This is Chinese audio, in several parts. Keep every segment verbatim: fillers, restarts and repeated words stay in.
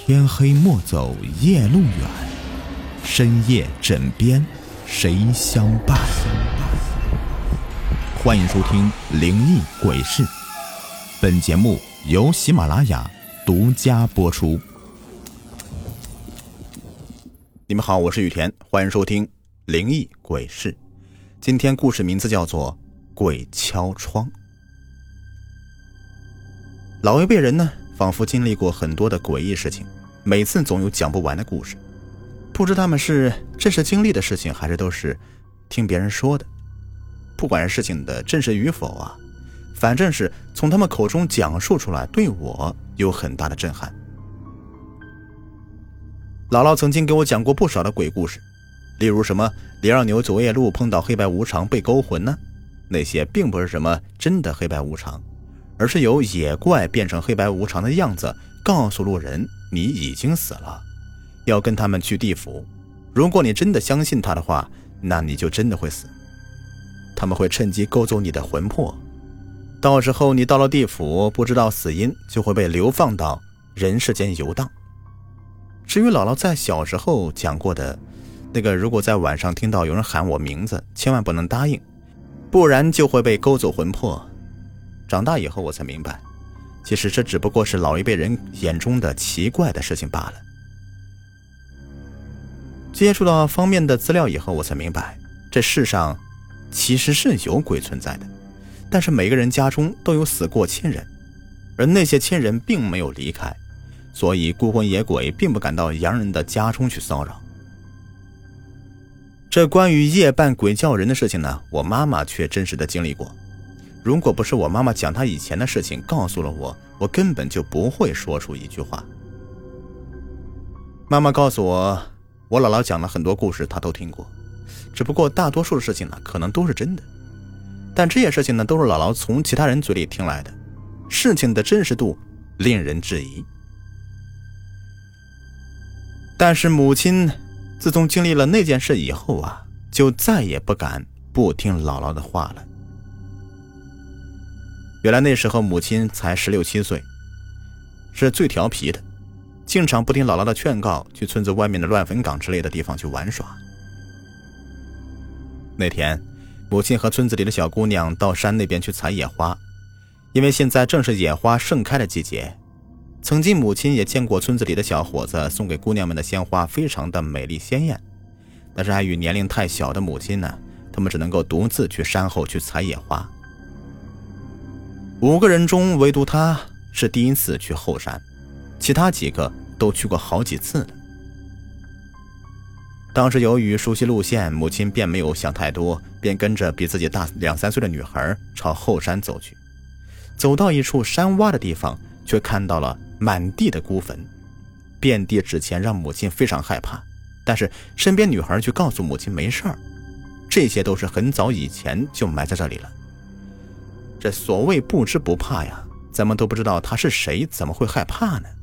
天黑莫走夜路远，深夜枕边谁相伴。欢迎收听灵异鬼事，本节目由喜马拉雅独家播出。你们好，我是雨田，欢迎收听灵异鬼事。今天故事名字叫做鬼敲窗。老一辈人呢，仿佛经历过很多的诡异事情，每次总有讲不完的故事。不知他们是真实经历的事情，还是都是听别人说的。不管是事情的真实与否啊，反正是从他们口中讲述出来，对我有很大的震撼。姥姥曾经给我讲过不少的鬼故事，例如什么李二牛走夜路碰到黑白无常被勾魂呢？那些并不是什么真的黑白无常，而是由野怪变成黑白无常的样子，告诉路人你已经死了，要跟他们去地府。如果你真的相信他的话，那你就真的会死。他们会趁机勾走你的魂魄，到时候你到了地府，不知道死因，就会被流放到人世间游荡。至于姥姥在小时候讲过的那个，如果在晚上听到有人喊我名字，千万不能答应，不然就会被勾走魂魄。长大以后我才明白，其实这只不过是老一辈人眼中的奇怪的事情罢了。接触到方面的资料以后，我才明白，这世上其实是有鬼存在的，但是每个人家中都有死过亲人，而那些亲人并没有离开，所以孤魂野鬼并不敢到洋人的家中去骚扰。这关于夜半鬼叫人的事情呢，我妈妈却真实的经历过。如果不是我妈妈讲她以前的事情告诉了我，我根本就不会说出一句话。妈妈告诉我，我姥姥讲了很多故事她都听过，只不过大多数的事情呢可能都是真的，但这些事情呢都是姥姥从其他人嘴里听来的，事情的真实度令人质疑。但是母亲自从经历了那件事以后啊，就再也不敢不听姥姥的话了。原来那时候母亲才十六七岁，是最调皮的，经常不听姥姥的劝告，去村子外面的乱坟岗之类的地方去玩耍。那天母亲和村子里的小姑娘到山那边去采野花，因为现在正是野花盛开的季节。曾经母亲也见过村子里的小伙子送给姑娘们的鲜花非常的美丽鲜艳，但是碍于年龄太小的母亲呢，他们只能够独自去山后去采野花。五个人中唯独她是第一次去后山，其他几个都去过好几次了。当时由于熟悉路线，母亲便没有想太多，便跟着比自己大两三岁的女孩朝后山走去。走到一处山洼的地方，却看到了满地的孤坟，遍地纸钱，让母亲非常害怕。但是身边女孩却告诉母亲没事儿，这些都是很早以前就埋在这里了。这所谓不知不怕呀，咱们都不知道他是谁，怎么会害怕呢？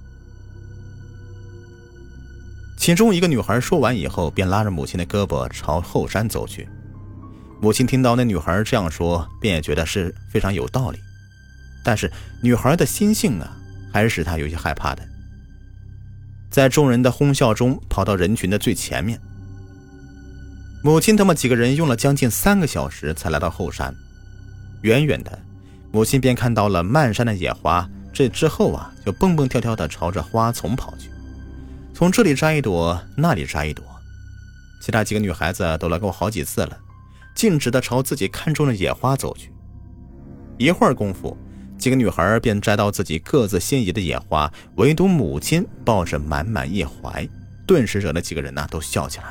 其中一个女孩说完以后，便拉着母亲的胳膊朝后山走去。母亲听到那女孩这样说，便也觉得是非常有道理，但是女孩的心性啊，还是使她有些害怕的。在众人的哄笑中，跑到人群的最前面。母亲他们几个人用了将近三个小时才来到后山。远远的，母亲便看到了漫山的野花，这之后啊，就蹦蹦跳跳的朝着花丛跑去，从这里摘一朵，那里摘一朵。其他几个女孩子都来过好几次了，径直的朝自己看中的野花走去。一会儿功夫，几个女孩便摘到自己各自心仪的野花，唯独母亲抱着满满一怀，顿时惹得几个人呢都笑起来。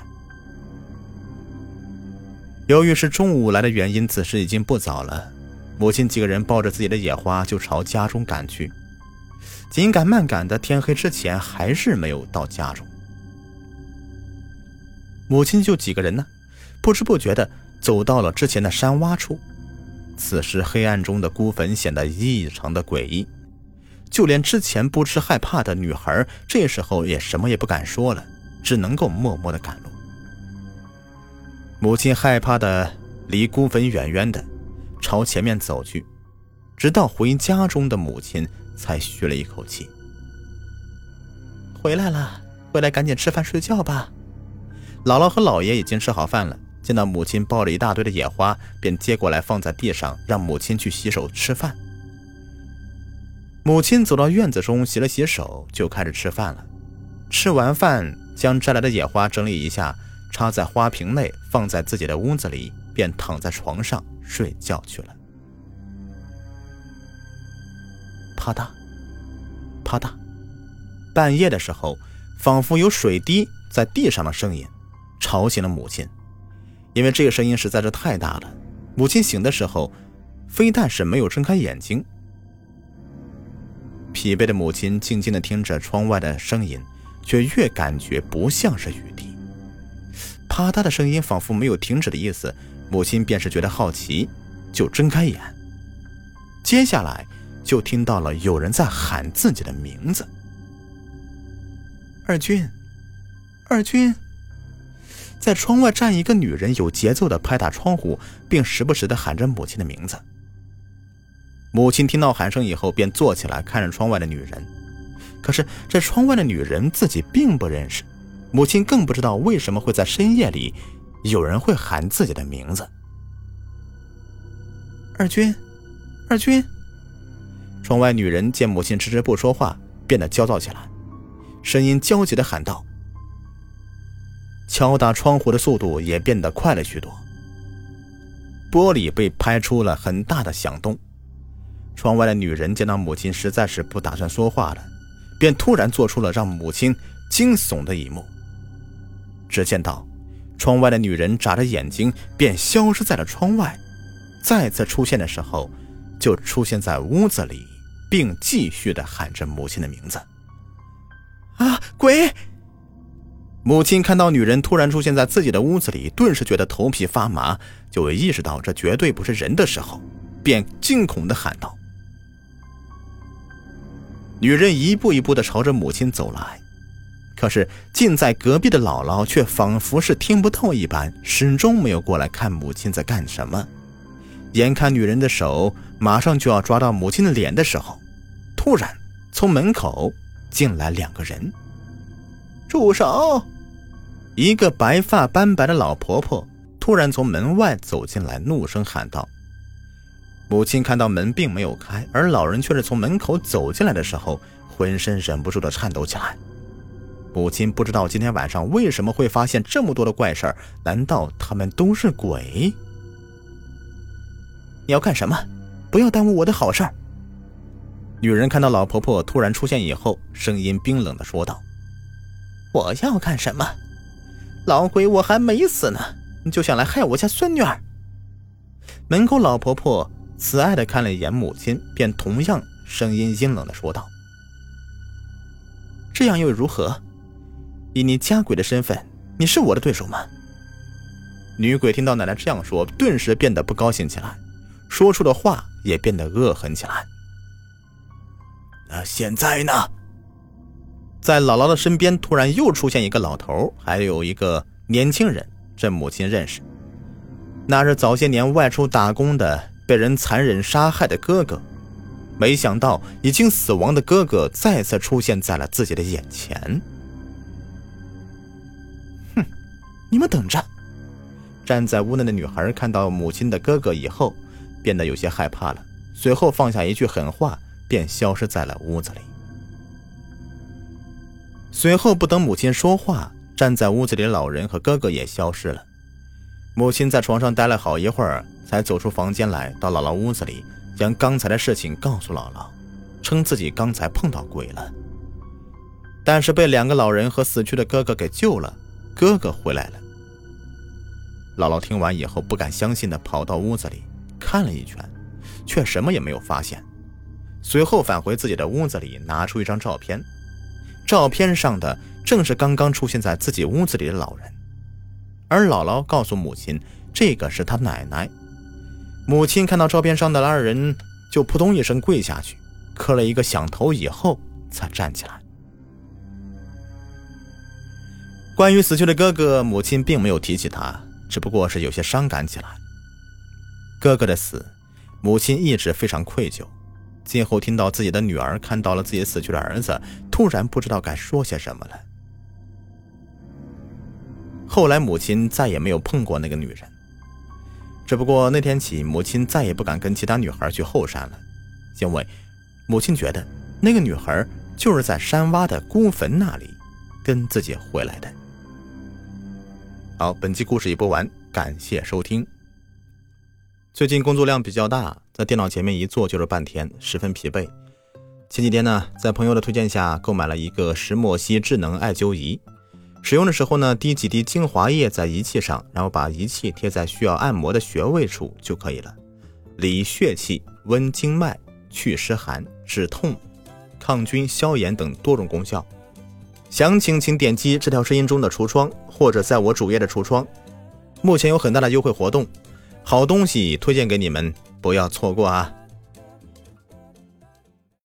由于是中午来的原因，此时已经不早了，母亲几个人抱着自己的野花就朝家中赶去。紧赶慢赶的，天黑之前还是没有到家中。母亲就几个人呢，不知不觉的走到了之前的山洼处。此时黑暗中的孤坟显得异常的诡异，就连之前不知害怕的女孩这时候也什么也不敢说了，只能够默默的赶路。母亲害怕的离孤坟远远的朝前面走去，直到回家中的母亲才吁了一口气。 回来了，回来赶紧吃饭睡觉吧。姥姥和姥爷已经吃好饭了，见到母亲抱着一大堆的野花，便接过来放在地上，让母亲去洗手吃饭。母亲走到院子中洗了洗手，就开始吃饭了。吃完饭，将摘来的野花整理一下，插在花瓶内，放在自己的屋子里，便躺在床上睡觉去了。啪嗒啪嗒，半夜的时候，仿佛有水滴在地上的声音吵醒了母亲。因为这个声音实在是太大了，母亲醒的时候非但是没有睁开眼睛。疲惫的母亲静静地听着窗外的声音，却越感觉不像是雨滴。啪嗒的声音仿佛没有停止的意思，母亲便是觉得好奇，就睁开眼。接下来就听到了有人在喊自己的名字：二军，二军。在窗外站一个女人，有节奏地拍打窗户，并时不时地喊着母亲的名字。母亲听到喊声以后，便坐起来看着窗外的女人。可是这窗外的女人自己并不认识，母亲更不知道为什么会在深夜里有人会喊自己的名字。二军，二军。窗外女人见母亲迟迟不说话，变得焦躁起来，声音焦急地喊道，敲打窗户的速度也变得快了许多，玻璃被拍出了很大的响动。窗外的女人见到母亲实在是不打算说话了，便突然做出了让母亲惊悚的一幕。只见到窗外的女人眨着眼睛便消失在了窗外，再次出现的时候就出现在屋子里，并继续地喊着母亲的名字。啊，鬼！母亲看到女人突然出现在自己的屋子里，顿时觉得头皮发麻，就意识到这绝对不是人的时候，便惊恐地喊道。女人一步一步地朝着母亲走来，可是近在隔壁的姥姥却仿佛是听不到一般，始终没有过来看母亲在干什么。眼看女人的手马上就要抓到母亲的脸的时候，突然从门口进来两个人。住手！一个白发斑白的老婆婆突然从门外走进来，怒声喊道。母亲看到门并没有开，而老人却是从门口走进来的时候，浑身忍不住的颤抖起来。母亲不知道今天晚上为什么会发现这么多的怪事儿，难道他们都是鬼？你要干什么？不要耽误我的好事儿。女人看到老婆婆突然出现以后，声音冰冷地说道。我要干什么？老鬼，我还没死呢，你就想来害我家孙女儿？门口老婆婆慈爱地看了一眼母亲，便同样声音阴冷地说道。这样又如何？以你家鬼的身份，你是我的对手吗？女鬼听到奶奶这样说，顿时变得不高兴起来，说出的话也变得恶狠起来。那现在呢？在姥姥的身边突然又出现一个老头，还有一个年轻人，这母亲认识，那是早些年外出打工的被人残忍杀害的哥哥。没想到已经死亡的哥哥再次出现在了自己的眼前。哼，你们等着！站在屋内的女孩看到母亲的哥哥以后，变得有些害怕了，随后放下一句狠话，便消失在了屋子里。随后不等母亲说话，站在屋子里的老人和哥哥也消失了。母亲在床上待了好一会儿，才走出房间来，到姥姥屋子里，将刚才的事情告诉姥姥，称自己刚才碰到鬼了，但是被两个老人和死去的哥哥给救了，哥哥回来了。姥姥听完以后不敢相信地跑到屋子里看了一圈，却什么也没有发现，随后返回自己的屋子里，拿出一张照片，照片上的正是刚刚出现在自己屋子里的老人。而姥姥告诉母亲，这个是她奶奶。母亲看到照片上的二人，就扑通一声跪下去，磕了一个响头以后才站起来。关于死去的哥哥，母亲并没有提起他，只不过是有些伤感起来。哥哥的死，母亲一直非常愧疚，今后听到自己的女儿看到了自己死去的儿子， 突然不知道该说些什么了。后来母亲再也没有碰过那个女人，只不过那天起母亲再也不敢跟其他女孩去后山了，因为母亲觉得那个女孩就是在山洼的孤坟那里跟自己回来的。好，本期故事已播完，感谢收听。最近工作量比较大，在电脑前面一坐就是半天，十分疲惫。前几天呢，在朋友的推荐下购买了一个石墨烯智能艾灸仪，使用的时候呢，滴几滴精华液在仪器上，然后把仪器贴在需要按摩的穴位处就可以了。理血气、温经脉、祛湿寒、止痛、抗菌、消炎等多种功效。详情请点击这条声音中的橱窗，或者在我主页的橱窗。目前有很大的优惠活动，好东西推荐给你们，不要错过啊！